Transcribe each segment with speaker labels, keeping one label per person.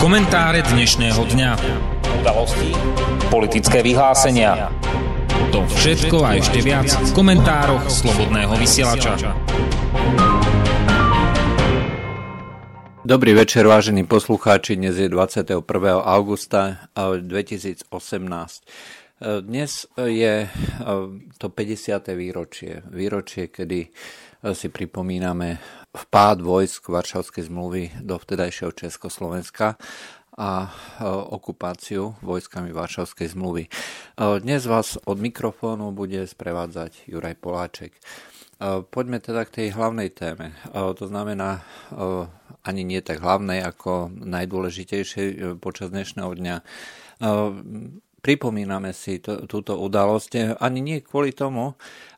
Speaker 1: Komentáre dnešného dňa.
Speaker 2: Udalosti, politické vyhlásenia.
Speaker 1: To všetko a ešte viac v komentároch Slobodného vysielača.
Speaker 3: Dobrý večer, vážení poslucháči. Dnes je 21. augusta 2018. Dnes je to 50. výročie, kedy si pripomíname vpád vojsk Varšavskej zmluvy do vtedajšieho Československa a okupáciu vojskami Varšavskej zmluvy. Dnes vás od mikrofónu bude sprevádzať Juraj Poláček. Poďme teda k tej hlavnej téme. To znamená ani nie tak hlavnej ako najdôležitejšej počas dnešného dňa. Pripomíname si túto udalosť ani nie kvôli tomu,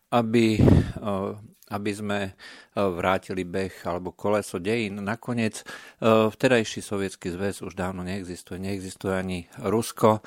Speaker 3: aby sme vrátili beh alebo koleso dejín. Nakoniec vtedajší Sovietsky zväz už dávno neexistuje. Neexistuje ani Rusko,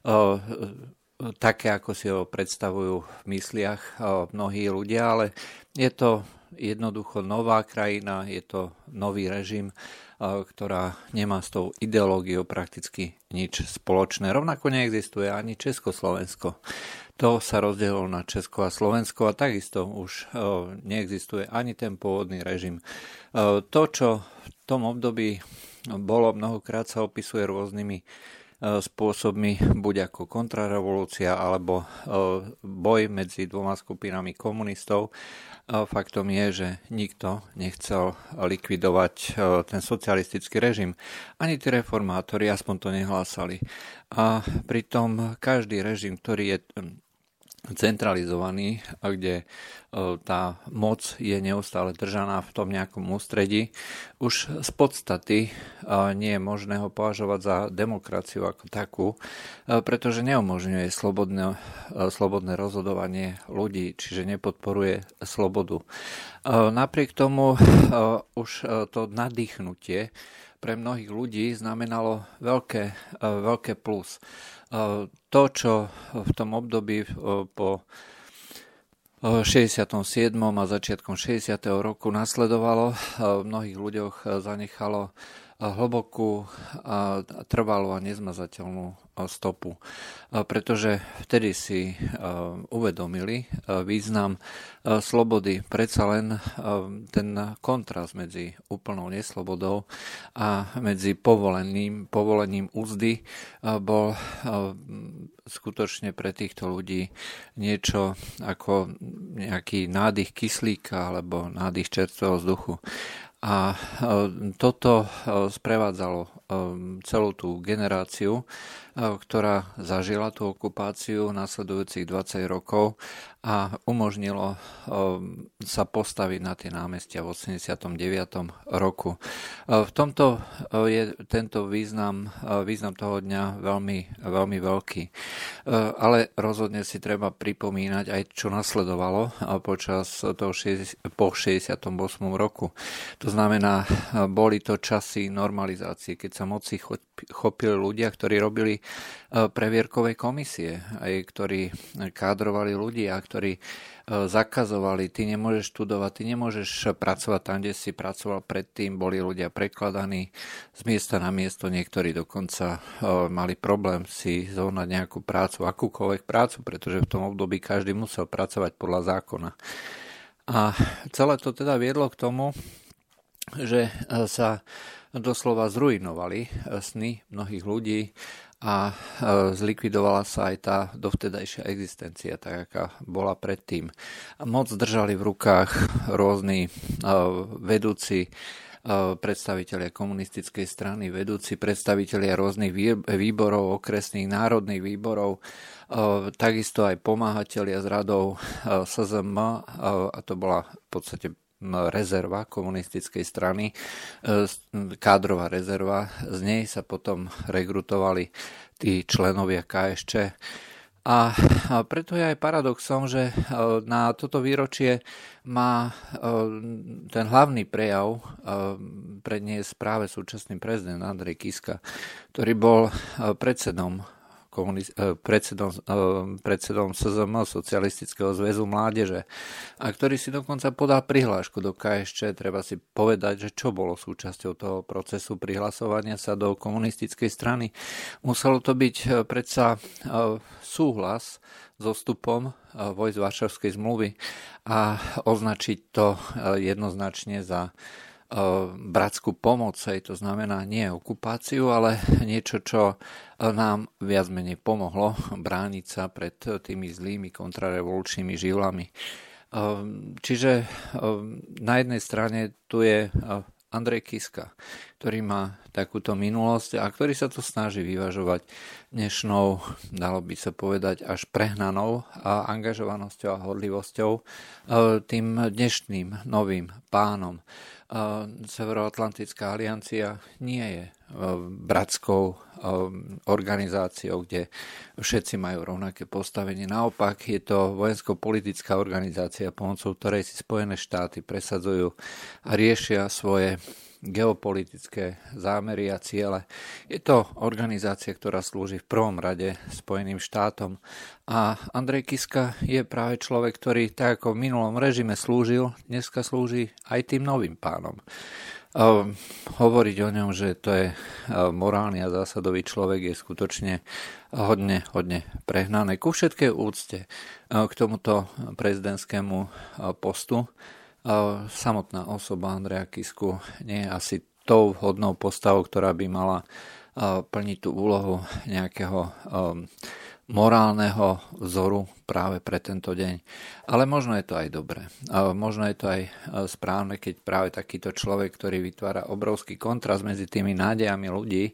Speaker 3: také ako si ho predstavujú v mysliach mnohí ľudia, ale je to jednoducho nová krajina, je to nový režim, ktorá nemá s tou ideológiou prakticky nič spoločné. Rovnako neexistuje ani Československo. To sa rozdelilo na Česko a Slovensko a takisto už neexistuje ani ten pôvodný režim. To, čo v tom období bolo, mnohokrát sa opisuje rôznymi spôsobmi, buď ako kontrarevolúcia alebo boj medzi dvoma skupinami komunistov. Faktom je, že nikto nechcel likvidovať ten socialistický režim. Ani tí reformátori aspoň to nehlásali. A pritom každý režim, ktorý je centralizovaný, kde tá moc je neustále držaná v tom nejakom ústredí, už z podstaty nie je možné ho považovať za demokraciu ako takú, pretože neumožňuje slobodné rozhodovanie ľudí, čiže nepodporuje slobodu. Napriek tomu už to nadýchnutie pre mnohých ľudí znamenalo veľké plus. To, čo v tom období po 67. a začiatkom 60. roku nasledovalo, v mnohých ľuďoch zanechalo hlbokú, trvalú a nezmazateľnú stopu. Pretože vtedy si uvedomili význam slobody. Predsa len ten kontrast medzi úplnou neslobodou a medzi povolením úzdy bol skutočne pre týchto ľudí niečo ako nejaký nádych kyslíka alebo nádych čerstvého vzduchu. A toto sprevádzalo celú tú generáciu, ktorá zažila tú okupáciu nasledujúcich 20 rokov a umožnilo sa postaviť na tie námestia v 89. roku. V tomto je tento význam toho dňa veľmi, veľmi veľký. Ale rozhodne si treba pripomínať aj, čo nasledovalo počas toho po 68. roku. To znamená, boli to časy normalizácie, keď sa moci chopili ľudia, ktorí robili previerkové komisie, aj ktorí kádrovali ľudia, ktorí zakazovali, ty nemôžeš študovať, ty nemôžeš pracovať tam, kde si pracoval predtým, boli ľudia prekladaní z miesta na miesto, niektorí dokonca mali problém si zohnať nejakú prácu, akúkoľvek prácu, pretože v tom období každý musel pracovať podľa zákona. A celé to teda viedlo k tomu, že sa doslova zruinovali sny mnohých ľudí a zlikvidovala sa aj tá dovtedajšia existencia, tak aká bola predtým. Moc držali v rukách rôzni vedúci predstavitelia komunistickej strany, vedúci predstavitelia rôznych výborov, okresných národných výborov, takisto aj pomáhatelia z radov SZM, a to bola v podstate rezerva komunistickej strany, kádrová rezerva. Z nej sa potom rekrutovali tí členovia KSČ. A preto je aj paradoxom, že na toto výročie má ten hlavný prejav predniesť práve súčasný prezident Andrej Kiska, ktorý bol predsedom predsedom SZM, Socialistického zväzu mládeže, a ktorý si dokonca podal prihlášku do KSČ. Treba si povedať, že čo bolo súčasťou toho procesu prihlasovania sa do komunistickej strany. Muselo to byť predsa súhlas so vstupom vojsk Varšavskej zmluvy a označiť to jednoznačne za bratskú pomoc, to znamená nie okupáciu, ale niečo, čo nám viac menej pomohlo brániť sa pred tými zlými kontrarevolučnými živlami. Čiže na jednej strane tu je Andrej Kiska, ktorý má takúto minulosť a ktorý sa to snaží vyvažovať dnešnou, dalo by sa povedať, až prehnanou angažovanosťou a horlivosťou tým dnešným novým pánom. Severoatlantická aliancia nie je bratskou organizáciou, kde všetci majú rovnaké postavenie. Naopak je to vojensko-politická organizácia, pomocou ktorej si Spojené štáty presadzujú a riešia svoje geopolitické zámery a ciele. Je to organizácia, ktorá slúži v prvom rade Spojeným štátom. A Andrej Kiska je práve človek, ktorý tak ako v minulom režime slúžil, dneska slúži aj tým novým pánom. Hovoriť o ňom, že to je morálny a zásadový človek, je skutočne hodne prehnané. Ku všetkej úcte k tomuto prezidentskému postu samotná osoba Andreja Kisku nie je asi tou vhodnou postavou, ktorá by mala plniť tú úlohu nejakého morálneho vzoru práve pre tento deň. Ale možno je to aj dobré. Možno je to aj správne, keď práve takýto človek, ktorý vytvára obrovský kontrast medzi tými nádejami ľudí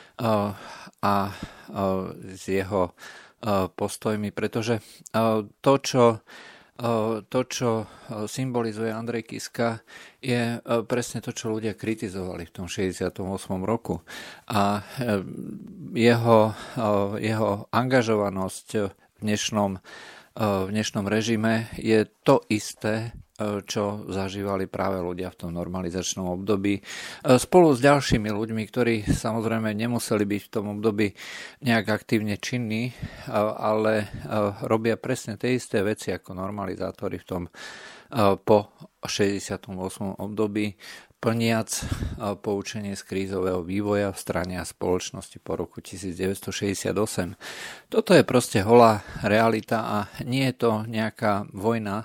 Speaker 3: a s jeho postojmi, pretože to, čo symbolizuje Andrej Kiska, je presne to, čo ľudia kritizovali v tom 68. roku. A jeho angažovanosť v dnešnom režime je to isté, čo zažívali práve ľudia v tom normalizačnom období. Spolu s ďalšími ľuďmi, ktorí samozrejme nemuseli byť v tom období nejak aktívne činní, ale robia presne tie isté veci ako normalizátori v tom po 68. období, plniac poučenie z krízového vývoja v strane a spoločnosti po roku 1968. Toto je proste holá realita a nie je to nejaká vojna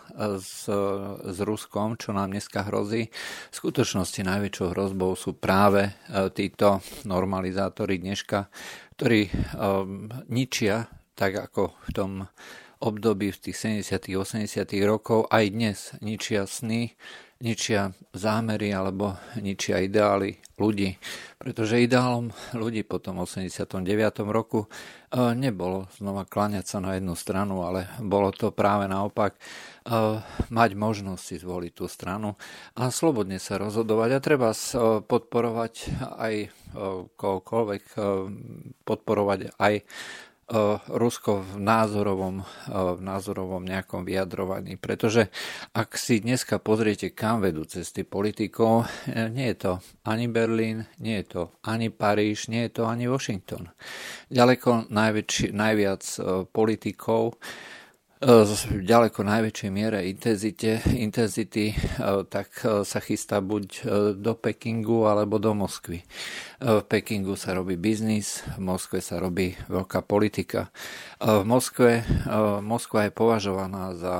Speaker 3: s Ruskom, čo nám dneska hrozí. V skutočnosti najväčšou hrozbou sú práve títo normalizátori dneška, ktorí ničia, tak ako v tom období v tých 70. 80. rokov, aj dnes ničia sny, ničia zámery alebo ničia ideály ľudí. Pretože ideálom ľudí po tom 89. roku nebolo znova kláňať sa na jednu stranu, ale bolo to práve naopak mať možnosť si zvoliť tú stranu a slobodne sa rozhodovať. A treba podporovať aj kohokoľvek, podporovať aj Rusko v názorovom nejakom vyjadrovaní. Pretože ak si dneska pozriete, kam vedú cesty politikov, nie je to ani Berlín, nie je to ani Paríž, nie je to ani Washington. Ďaleko najviac politikov v ďaleko najväčšej miere intenzity, tak sa chystá buď do Pekingu alebo do Moskvy. V Pekingu sa robí biznis, v Moskve sa robí veľká politika. V Moskva je považovaná za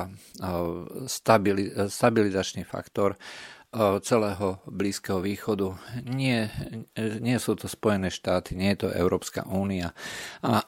Speaker 3: stabilizačný faktor celého Blízkeho východu. Nie sú to Spojené štáty, nie je to Európska únia. A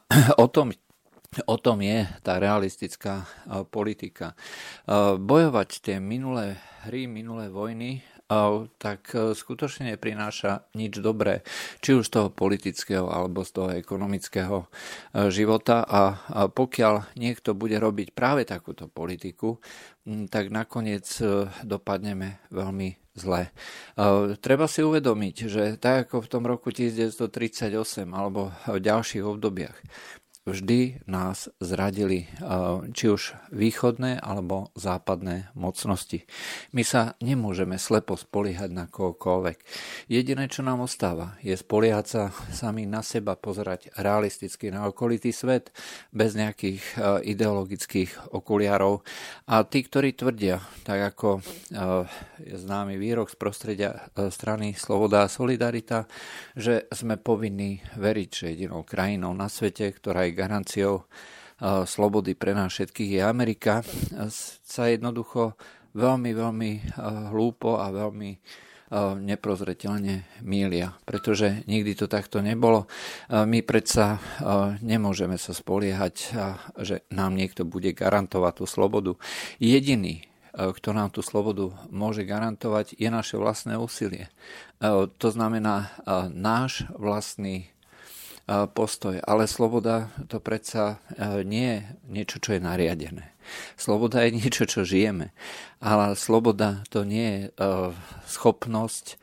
Speaker 3: o tom je tá realistická politika. Bojovať tie minulé vojny, tak skutočne neprináša nič dobré, či už z toho politického alebo z toho ekonomického života. A pokiaľ niekto bude robiť práve takúto politiku, tak nakoniec dopadneme veľmi zle. Treba si uvedomiť, že tak ako v tom roku 1938 alebo v ďalších obdobiach, vždy nás zradili či už východné alebo západné mocnosti. My sa nemôžeme slepo spoliehať na kohokoľvek. Jediné, čo nám ostáva, je spoliehať sa sami na seba, pozerať realisticky na okolitý svet, bez nejakých ideologických okuliarov. A tí, ktorí tvrdia, tak ako je známy výrok z prostredia strany Sloboda a Solidarita, že sme povinní veriť, že jedinou krajinou na svete, ktorá je garanciou slobody pre nás všetkých, je Amerika, sa jednoducho veľmi, veľmi hlúpo a veľmi neprozreteľne mýlia, pretože nikdy to takto nebolo. My predsa nemôžeme sa spoliehať, že nám niekto bude garantovať tú slobodu. Jediný, kto nám tú slobodu môže garantovať, je naše vlastné úsilie. To znamená náš vlastný postoj. Ale sloboda to predsa nie je niečo, čo je nariadené. Sloboda je niečo, čo žijeme. Ale sloboda to nie je schopnosť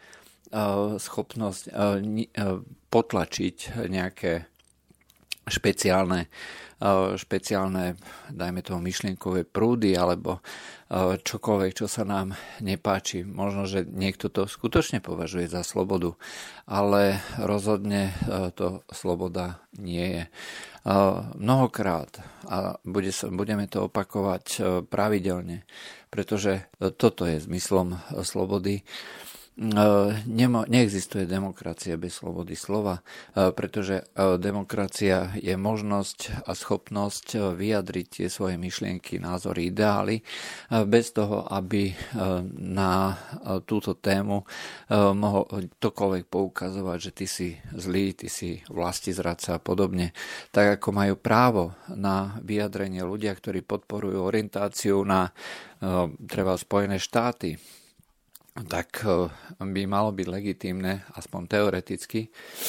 Speaker 3: potlačiť nejaké špeciálne, dajme toho, myšlienkové prúdy alebo čokoľvek, čo sa nám nepáči. Možno, že niekto to skutočne považuje za slobodu, ale rozhodne to sloboda nie je. Mnohokrát a budeme to opakovať pravidelne, pretože toto je zmyslom slobody. Neexistuje demokracia bez slobody slova, pretože demokracia je možnosť a schopnosť vyjadriť tie svoje myšlienky, názory, ideály bez toho, aby na túto tému mohol ktokoľvek poukazovať, že ty si zlý, ty si vlastizradca a podobne. Tak ako majú právo na vyjadrenie ľudia, ktorí podporujú orientáciu na treba Spojené štáty, tak by malo byť legitímne, aspoň teoreticky,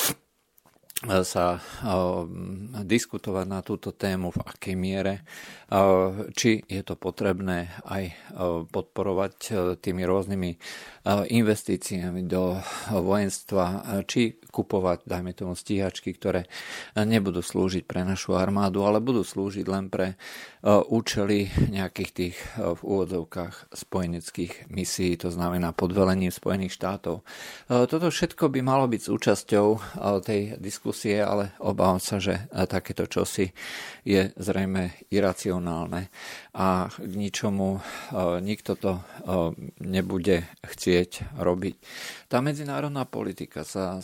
Speaker 3: sa diskutovať na túto tému, v akej miere, či je to potrebné aj podporovať tými rôznymi investíciami do vojenstva, či kupovať, dajme tomu, stíhačky, ktoré nebudú slúžiť pre našu armádu, ale budú slúžiť len pre účely nejakých tých v úvodzovkách spojeneckých misií, to znamená pod velením Spojených štátov. Toto všetko by malo byť súčasťou tej diskusie, ale obávam sa, že takéto čosi je zrejme iracionálne a k ničomu nikto to nebude chcieť robiť. Tá medzinárodná politika sa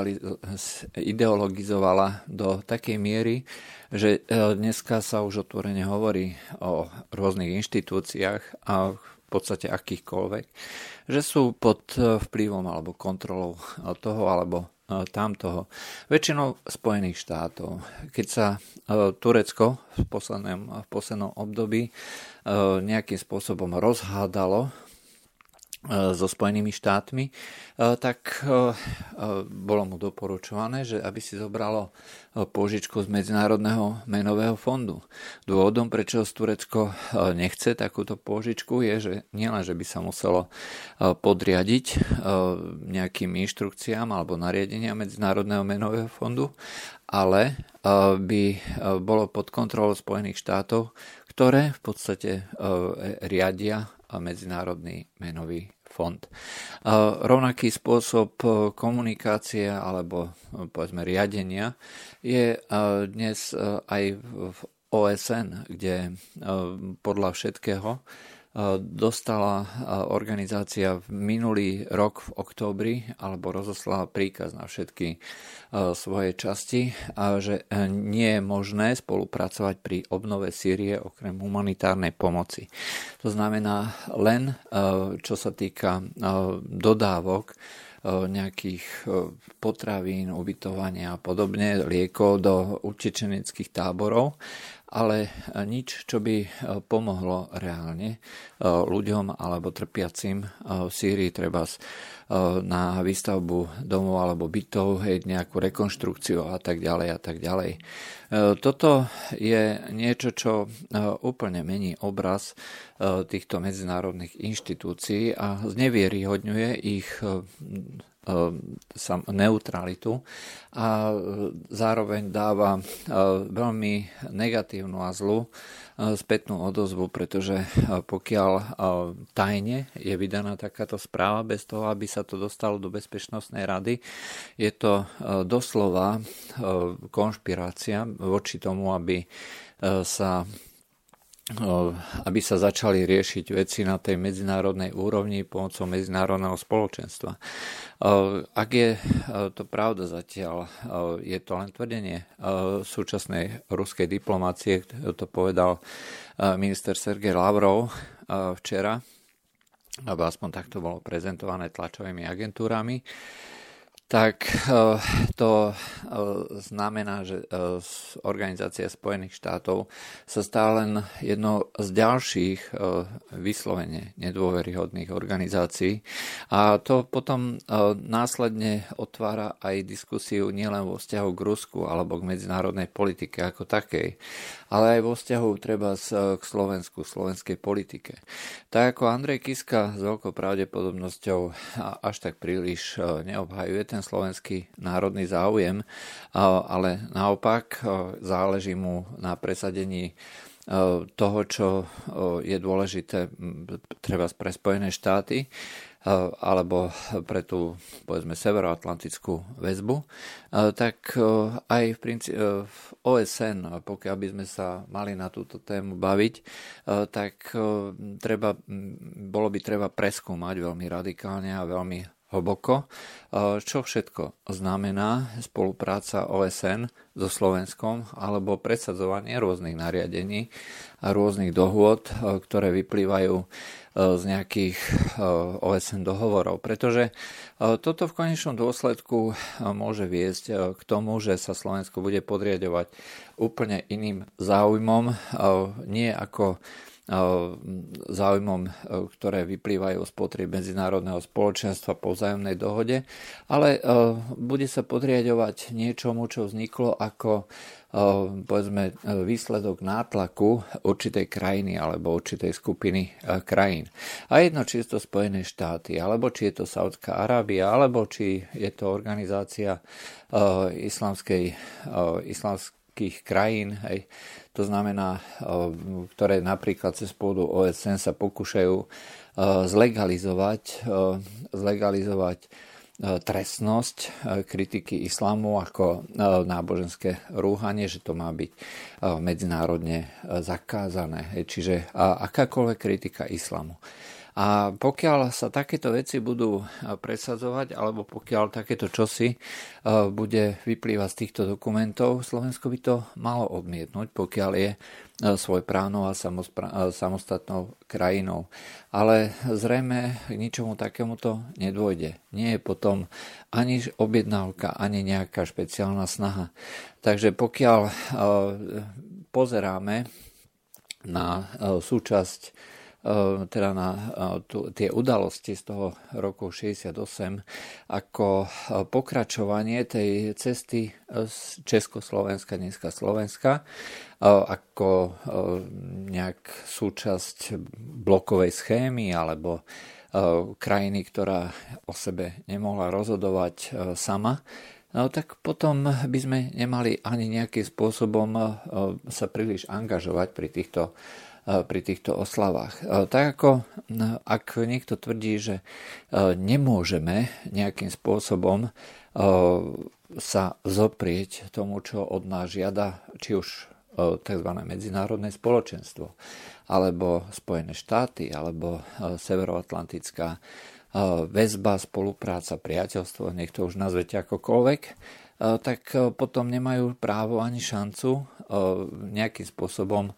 Speaker 3: ideologizovala do takej miery, že dneska sa už otvorene hovorí o rôznych inštitúciách a v podstate akýchkoľvek, že sú pod vplyvom alebo kontrolou toho alebo tamtoho. Väčšinou Spojených štátov. Keď sa Turecko v poslednom období nejakým spôsobom rozhádalo so Spojenými štátmi, tak bolo mu doporučované, že aby si zobralo pôžičku z Medzinárodného menového fondu. Dôvodom, prečo Turecko nechce takúto pôžičku, je, že nielen, že by sa muselo podriadiť nejakým inštrukciám alebo nariadeniam Medzinárodného menového fondu, ale by bolo pod kontrolou Spojených štátov, ktoré v podstate riadia Medzinárodný menový fond. Rovnaký spôsob komunikácie alebo povedzme riadenia je dnes aj v OSN, kde podľa všetkého dostala organizácia v minulý rok v októbri alebo rozoslala príkaz na všetky svoje časti, že nie je možné spolupracovať pri obnove Sýrie okrem humanitárnej pomoci. To znamená len, čo sa týka dodávok nejakých potravín, ubytovania a podobne, liekov do utečeneckých táborov, ale nič, čo by pomohlo reálne ľuďom alebo trpiacim v Sýrii, treba na výstavbu domov alebo bytov, nejakú rekonštrukciu a tak ďalej a tak ďalej. Toto je niečo, čo úplne mení obraz týchto medzinárodných inštitúcií a znevieryhodňuje ich neutralitu a zároveň dáva veľmi negatívnu a zlú spätnú odozvu, pretože pokiaľ tajne je vydaná takáto správa bez toho, aby sa to dostalo do Bezpečnostnej rady, je to doslova konšpirácia voči tomu, aby sa začali riešiť veci na tej medzinárodnej úrovni pomocou medzinárodného spoločenstva. Ak je to pravda zatiaľ, je to len tvrdenie súčasnej ruskej diplomácie, to povedal minister Sergej Lavrov včera, alebo aspoň takto bolo prezentované tlačovými agentúrami, tak to znamená, že Organizácia spojených štátov sa stala len jednou z ďalších vyslovene nedôveryhodných organizácií. A to potom následne otvára aj diskusiu nielen vo vzťahu k Rusku alebo k medzinárodnej politike ako takej, ale aj vo vzťahu treba k Slovensku, slovenskej politike. Tak ako Andrej Kiska s veľkou pravdepodobnosťou až tak príliš neobhajuje ten slovenský národný záujem, ale naopak záleží mu na presadení toho, čo je dôležité treba pre Spojené štáty alebo pre tú, povedzme, severoatlantickú väzbu, tak aj v OSN, pokiaľ by sme sa mali na túto tému baviť, tak bolo by treba preskúmať veľmi radikálne a veľmi hlboko, čo všetko znamená spolupráca OSN so Slovenskom alebo presadzovanie rôznych nariadení a rôznych dohôd, ktoré vyplývajú z nejakých OSN dohovorov. Pretože toto v konečnom dôsledku môže viesť k tomu, že sa Slovensko bude podriadovať úplne iným záujmom, nie ako záujmom, ktoré vyplývajú z potrieb medzinárodného spoločenstva po vzájomnej dohode, ale bude sa podriadovať niečomu, čo vzniklo ako povedzme výsledok nátlaku určitej krajiny alebo určitej skupiny krajín. A jedno, či je to Spojené štáty, alebo či je to Saudská Arábia, alebo či je to organizácia islamských krajín, hej. To znamená, ktoré napríklad cez pôdu OSN sa pokúšajú zlegalizovať trestnosť kritiky islamu ako náboženské rúhanie, že to má byť medzinárodne zakázané. Čiže akákoľvek kritika islamu. A pokiaľ sa takéto veci budú presadzovať, alebo pokiaľ takéto čosi bude vyplývať z týchto dokumentov, Slovensko by to malo odmietnúť, pokiaľ je svojprávnou a samostatnou krajinou. Ale zrejme k ničomu takémuto nedôjde. Nie je potom ani objednávka, ani nejaká špeciálna snaha. Takže pokiaľ pozeráme na súčasť teda na tie udalosti z toho roku 68 ako pokračovanie tej cesty z Československa, dneska Slovenska, ako nejak súčasť blokovej schémy alebo krajiny, ktorá o sebe nemohla rozhodovať sama, tak potom by sme nemali ani nejakým spôsobom sa príliš angažovať pri týchto oslavách. Tak ako ak niekto tvrdí, že nemôžeme nejakým spôsobom sa zoprieť tomu, čo od nás žiada, či už tzv. Medzinárodné spoločenstvo, alebo Spojené štáty, alebo severoatlantická väzba, spolupráca, priateľstvo, nech to už nazvete akokoľvek, tak potom nemajú právo ani šancu nejakým spôsobom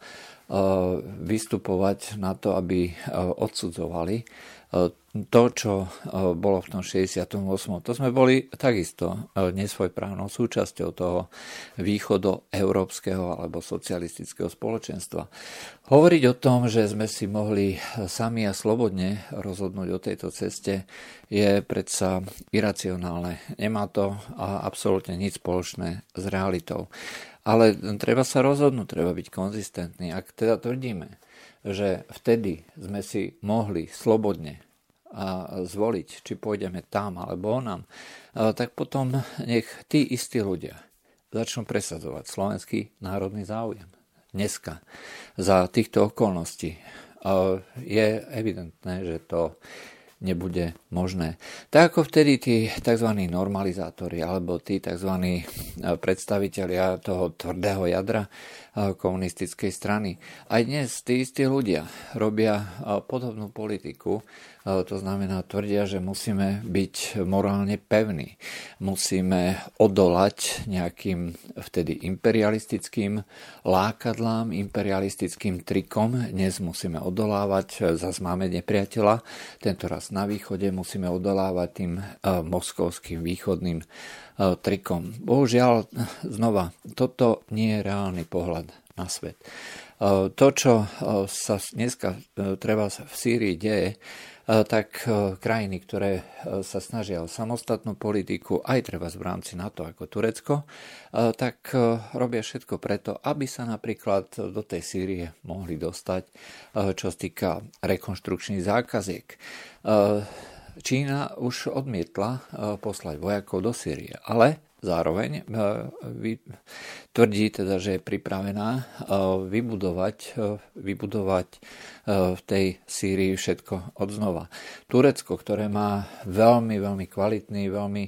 Speaker 3: vystupovať na to, aby odsudzovali to, čo bolo v tom 68. To sme boli takisto nesvojprávnou súčasťou toho východoeurópskeho alebo socialistického spoločenstva. Hovoriť o tom, že sme si mohli sami a slobodne rozhodnúť o tejto ceste, je predsa iracionálne. Nemá to absolútne nič spoločné s realitou. Ale treba sa rozhodnúť, treba byť konzistentný. Ak teda tvrdíme, že vtedy sme si mohli slobodne zvoliť, či pôjdeme tam alebo onam, tak potom nech tí istí ľudia začnú presadzovať slovenský národný záujem. Dneska, za týchto okolností, je evidentné, že to nebude možné. Tak ako vtedy tí tzv. Normalizátori alebo tí tzv. Predstavitelia toho tvrdého jadra komunistickej strany. Aj dnes tí istí ľudia robia podobnú politiku. To znamená, tvrdia, že musíme byť morálne pevní. Musíme odolať nejakým vtedy imperialistickým lákadlám, imperialistickým trikom. Dnes musíme odolávať, zase máme nepriateľa. Tento raz na východe musíme odolávať tým moskovským východným trikom. Bohužiaľ, znova, toto nie je reálny pohľad na svet. To, čo sa dneska treba v Sýrii deje, tak krajiny, ktoré sa snažia o samostatnú politiku, aj treba v rámci NATO ako Turecko, tak robia všetko preto, aby sa napríklad do tej Sýrie mohli dostať, čo sa týka rekonštrukčných zákaziek. Čína už odmietla poslať vojakov do Sýrie, ale zároveň tvrdí teda, že je pripravená vybudovať v tej Sýrii všetko odznova. Turecko, ktoré má veľmi, veľmi kvalitný, veľmi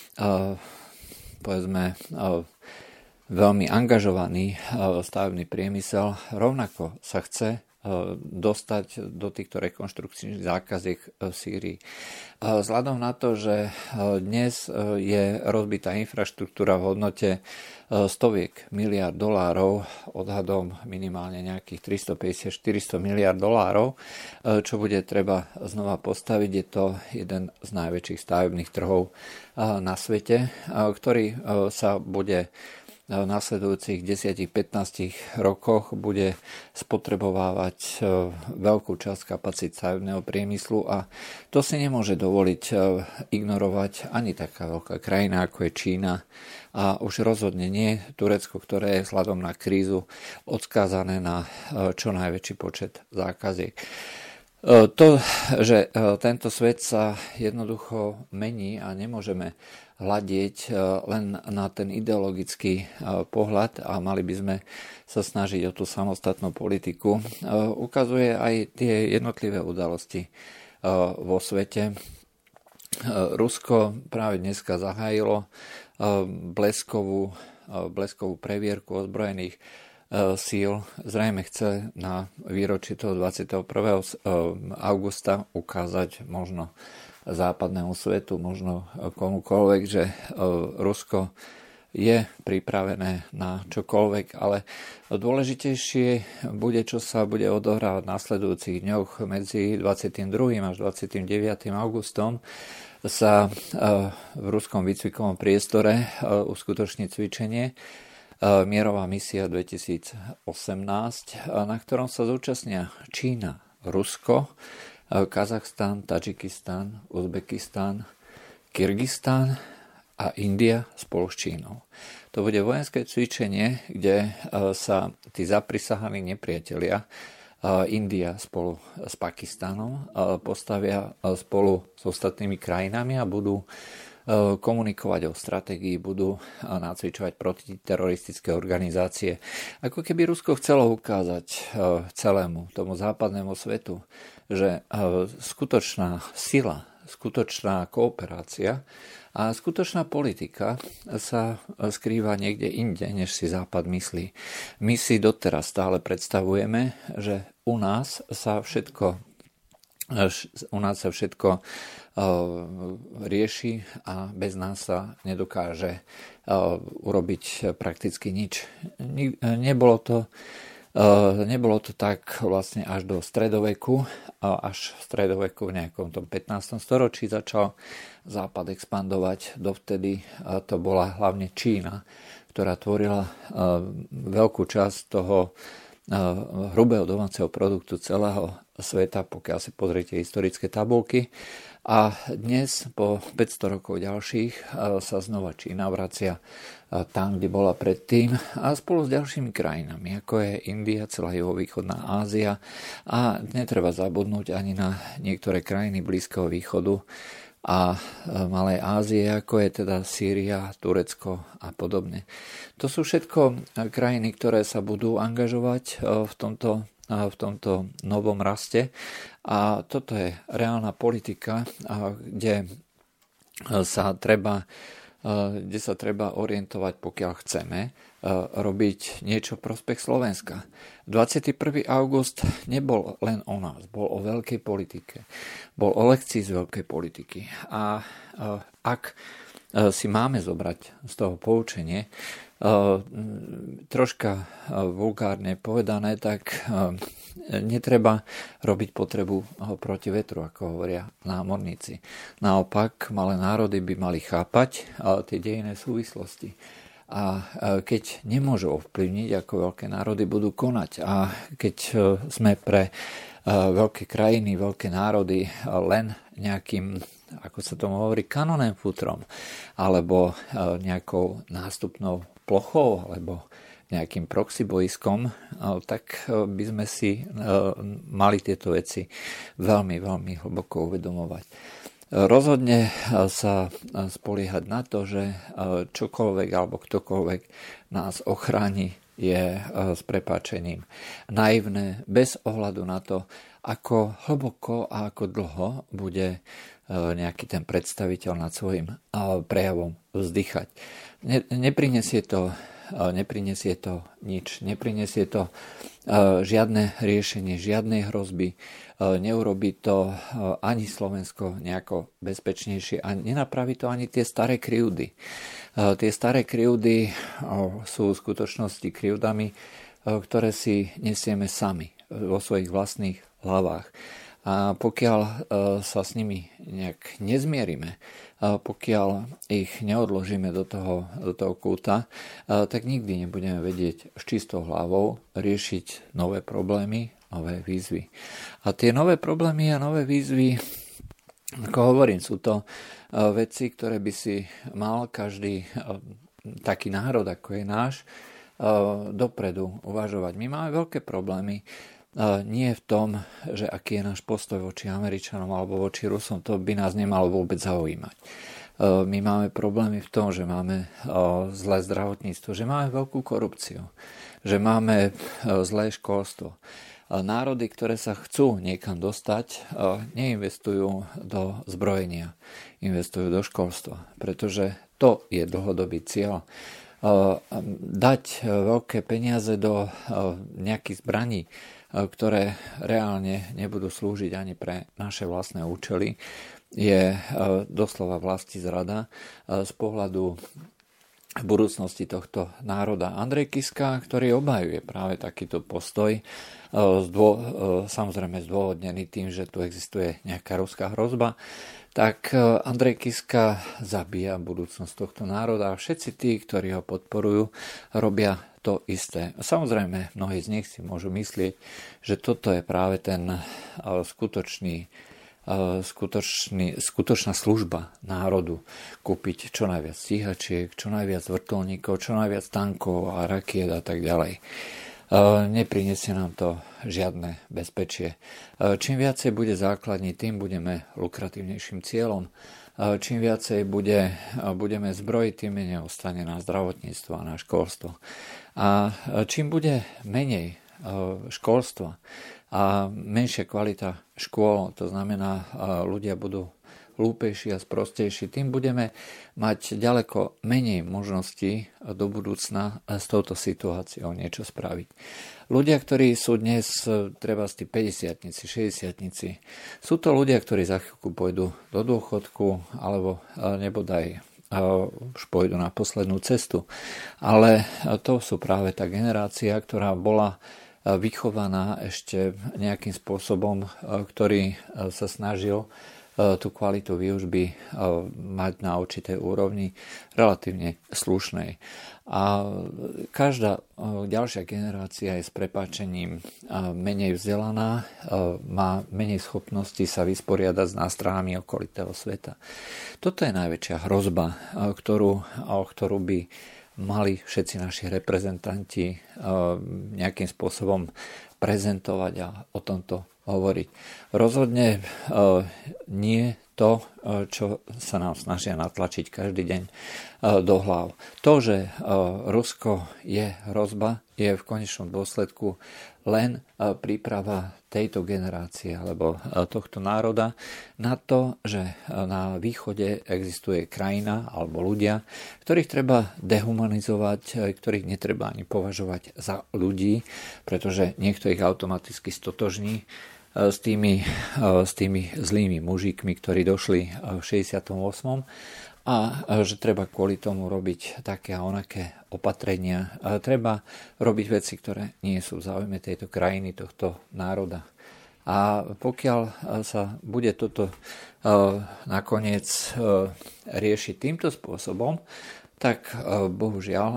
Speaker 3: veľmi angažovaný stavebný priemysel, rovnako sa chce dostať do týchto rekonštrukčných zákaziek v Sýrii. Vzhľadom na to, že dnes je rozbitá infraštruktúra v hodnote stoviek miliárd dolárov, odhadom minimálne nejakých 350-400 miliárd dolárov, čo bude treba znova postaviť. Je to jeden z najväčších stavebných trhov na svete, ktorý sa bude v nasledujúcich 10-15 rokoch bude spotrebovávať veľkú časť kapacít stavebného priemyslu a to si nemôže dovoliť ignorovať ani taká veľká krajina ako je Čína a už rozhodne nie Turecko, ktoré je vzhľadom na krízu odkázané na čo najväčší počet zákaziek. To, že tento svet sa jednoducho mení a nemôžeme hľadieť len na ten ideologický pohľad a mali by sme sa snažiť o tú samostatnú politiku, ukazuje aj tie jednotlivé udalosti vo svete. Rusko práve dneska zahájilo bleskovú previerku ozbrojených síl. Zrejme chce na výročí toho 21. augusta ukázať možno západnému svetu, možno komukoľvek, že Rusko je pripravené na čokoľvek, ale dôležitejšie bude, čo sa bude odohrávať v nasledujúcich dňoch medzi 22. až 29. augustom sa v ruskom výcvikovom priestore uskutoční cvičenie Mierová misia 2018, na ktorom sa zúčastnia Čína, Rusko, Kazachstan, Tadžikistan, Uzbekistan, Kyrgyzstan a India spolu s Čínou. To bude vojenské cvičenie, kde sa tí zaprisahaní nepriatelia India spolu s Pakistanom postavia spolu s ostatnými krajinami a budú komunikovať o stratégii, budú nacvičovať protiteroristické organizácie. Ako keby Rusko chcelo ukázať celému tomu západnému svetu, že skutočná sila, skutočná kooperácia a skutočná politika sa skrýva niekde inde, než si Západ myslí. My si doteraz stále predstavujeme, že u nás sa všetko rieši a bez nás sa nedokáže urobiť prakticky nič. Nebolo to tak vlastne až do stredoveku. Až v stredoveku v nejakom tom 15. storočí začal Západ expandovať. Dovtedy to bola hlavne Čína, ktorá tvorila veľkú časť toho hrubého domáceho produktu celého sveta, pokiaľ si pozriete historické tabulky. A dnes, po 500 rokov ďalších, sa znova Čína vracia tam, kde bola predtým, a spolu s ďalšími krajinami, ako je India, celá juhovýchodná Ázia, a netreba zabudnúť ani na niektoré krajiny Blízkeho východu a Malej Ázie, ako je teda Sýria, Turecko a podobne. To sú všetko krajiny, ktoré sa budú angažovať v tomto novom raste, a toto je reálna politika, kde sa treba orientovať, pokiaľ chceme robiť niečo v prospech Slovenska. 21. august nebol len o nás, bol o veľkej politike, bol o lekcii z veľkej politiky. A ak si máme zobrať z toho poučenie, troška vulgárne povedané, tak netreba robiť potrebu proti vetru, ako hovoria námorníci. Naopak, malé národy by mali chápať tie dejinné súvislosti. A keď nemôžu ovplyvniť, ako veľké národy budú konať, a keď sme pre veľké krajiny, veľké národy len nejakým, ako sa tomu hovorí, kanoném futrom, alebo nejakou nástupnou plochou, alebo nejakým proxy boiskom, tak by sme si mali tieto veci veľmi, veľmi hlboko uvedomovať. Rozhodne sa spoliehať na to, že čokoľvek alebo ktokoľvek nás ochráni, je s prepáčením naivné, bez ohľadu na to, ako hlboko a ako dlho bude nejaký ten predstaviteľ nad svojím prejavom vzdychať. Neprinesie to nič, neprinesie to žiadne riešenie, žiadnej hrozby, neurobí to ani Slovensko nejako bezpečnejšie a nenapraví to ani tie staré krivdy. Tie staré krivdy sú v skutočnosti krivdami, ktoré si nesieme sami vo svojich vlastných hlavách. A pokiaľ sa s nimi nejak nezmierime, pokiaľ ich neodložíme do toho kúta, tak nikdy nebudeme vedieť s čistou hlavou riešiť nové problémy, nové výzvy. A tie nové problémy a nové výzvy, ako hovorím, sú to veci, ktoré by si mal každý taký národ, ako je náš, dopredu uvažovať. My máme veľké problémy, nie v tom, že aký je náš postoj voči Američanom alebo voči Rusom, to by nás nemalo vôbec zaujímať. My máme problémy v tom, že máme zlé zdravotníctvo, že máme veľkú korupciu, že máme zlé školstvo. Národy, ktoré sa chcú niekam dostať, neinvestujú do zbrojenia, investujú do školstva, pretože to je dlhodobý cieľ. Dať veľké peniaze do nejakých zbraní, ktoré reálne nebudú slúžiť ani pre naše vlastné účely, je doslova vlastizrada z pohľadu budúcnosti tohto národa. Andrej Kiska, ktorý obhajuje práve takýto postoj, samozrejme zdôvodnený tým, že tu existuje nejaká ruská hrozba, tak Andrej Kiska zabíja budúcnosť tohto národa a všetci tí, ktorí ho podporujú, robia to isté. Samozrejme, mnohí z nich si môžu myslieť, že toto je práve ten skutočná služba národu. Kúpiť čo najviac stíhačiek, čo najviac vrtuľníkov, čo najviac tankov a rakiet a tak ďalej. Neprinesie nám to žiadne bezpečie. Čím viacej bude základní, tým budeme lukratívnejším cieľom. Čím viacej budeme zbrojiť, tým menej ostane na zdravotníctvo a na školstvo. A čím bude menej školstva a menšia kvalita škôl, to znamená, ľudia budú hlúpejší a sprostejší, tým budeme mať ďaleko menej možností do budúcna s touto situáciou niečo spraviť. Ľudia, ktorí sú dnes treba tí 50-tnici, 60-tnici, sú to ľudia, ktorí za chvíľku pôjdu do dôchodku alebo nebodaj už pôjdu na poslednú cestu. Ale to sú práve tá generácia, ktorá bola vychovaná ešte nejakým spôsobom, ktorý sa snažil tú kvalitu výučby mať na určitej úrovni relatívne slušnej. A každá ďalšia generácia je s prepáčením menej vzdelaná, má menej schopností sa vysporiadať s nástrahami okolitého sveta. Toto je najväčšia hrozba, ktorú by mali všetci naši reprezentanti nejakým spôsobom prezentovať a o tomto hovoriť. Rozhodne nie to, čo sa nám snažia natlačiť každý deň do hlav. To, že Rusko je hrozba, je v konečnom dôsledku len príprava tejto generácie alebo tohto národa na to, že na východe existuje krajina alebo ľudia, ktorých treba dehumanizovať, ktorých netreba ani považovať za ľudí, pretože niekto ich automaticky stotožní s tými zlými mužíkmi, ktorí došli v 68. A že treba kvôli tomu robiť také a onaké opatrenia. Treba robiť veci, ktoré nie sú v záujme tejto krajiny, tohto národa. A pokiaľ sa bude toto nakoniec riešiť týmto spôsobom, tak bohužiaľ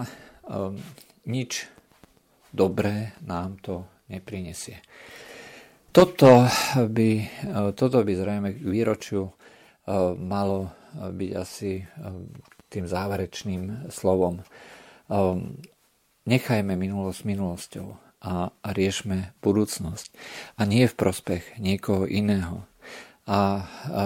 Speaker 3: nič dobré nám to neprinesie. Toto by zrejme k výročiu malo byť asi tým záverečným slovom. Nechajme minulosť minulosťou a riešme budúcnosť. A nie v prospech niekoho iného. A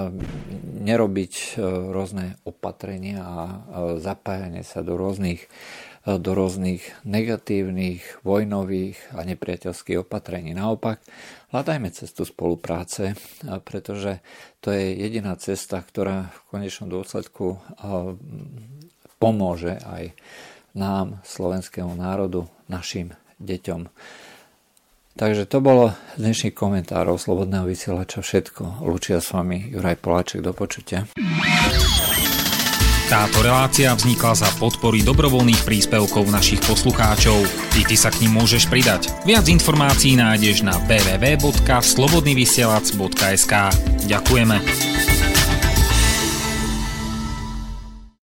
Speaker 3: nerobiť rôzne opatrenia a zapájanie sa do rôznych negatívnych, vojnových a nepriateľských opatrení. Naopak, hľadajme cestu spolupráce, pretože to je jediná cesta, ktorá v konečnom dôsledku pomôže aj nám, slovenskému národu, našim deťom. Takže to bolo z dnešných komentárov Slobodného vysielača všetko. Lúčia s vami Juraj Poláček, do počutia.
Speaker 1: Táto relácia vznikla za podpory dobrovoľných príspevkov našich poslucháčov. Ty sa k nim môžeš pridať. Viac informácií nájdeš na www.slobodnyvysielac.sk. Ďakujeme.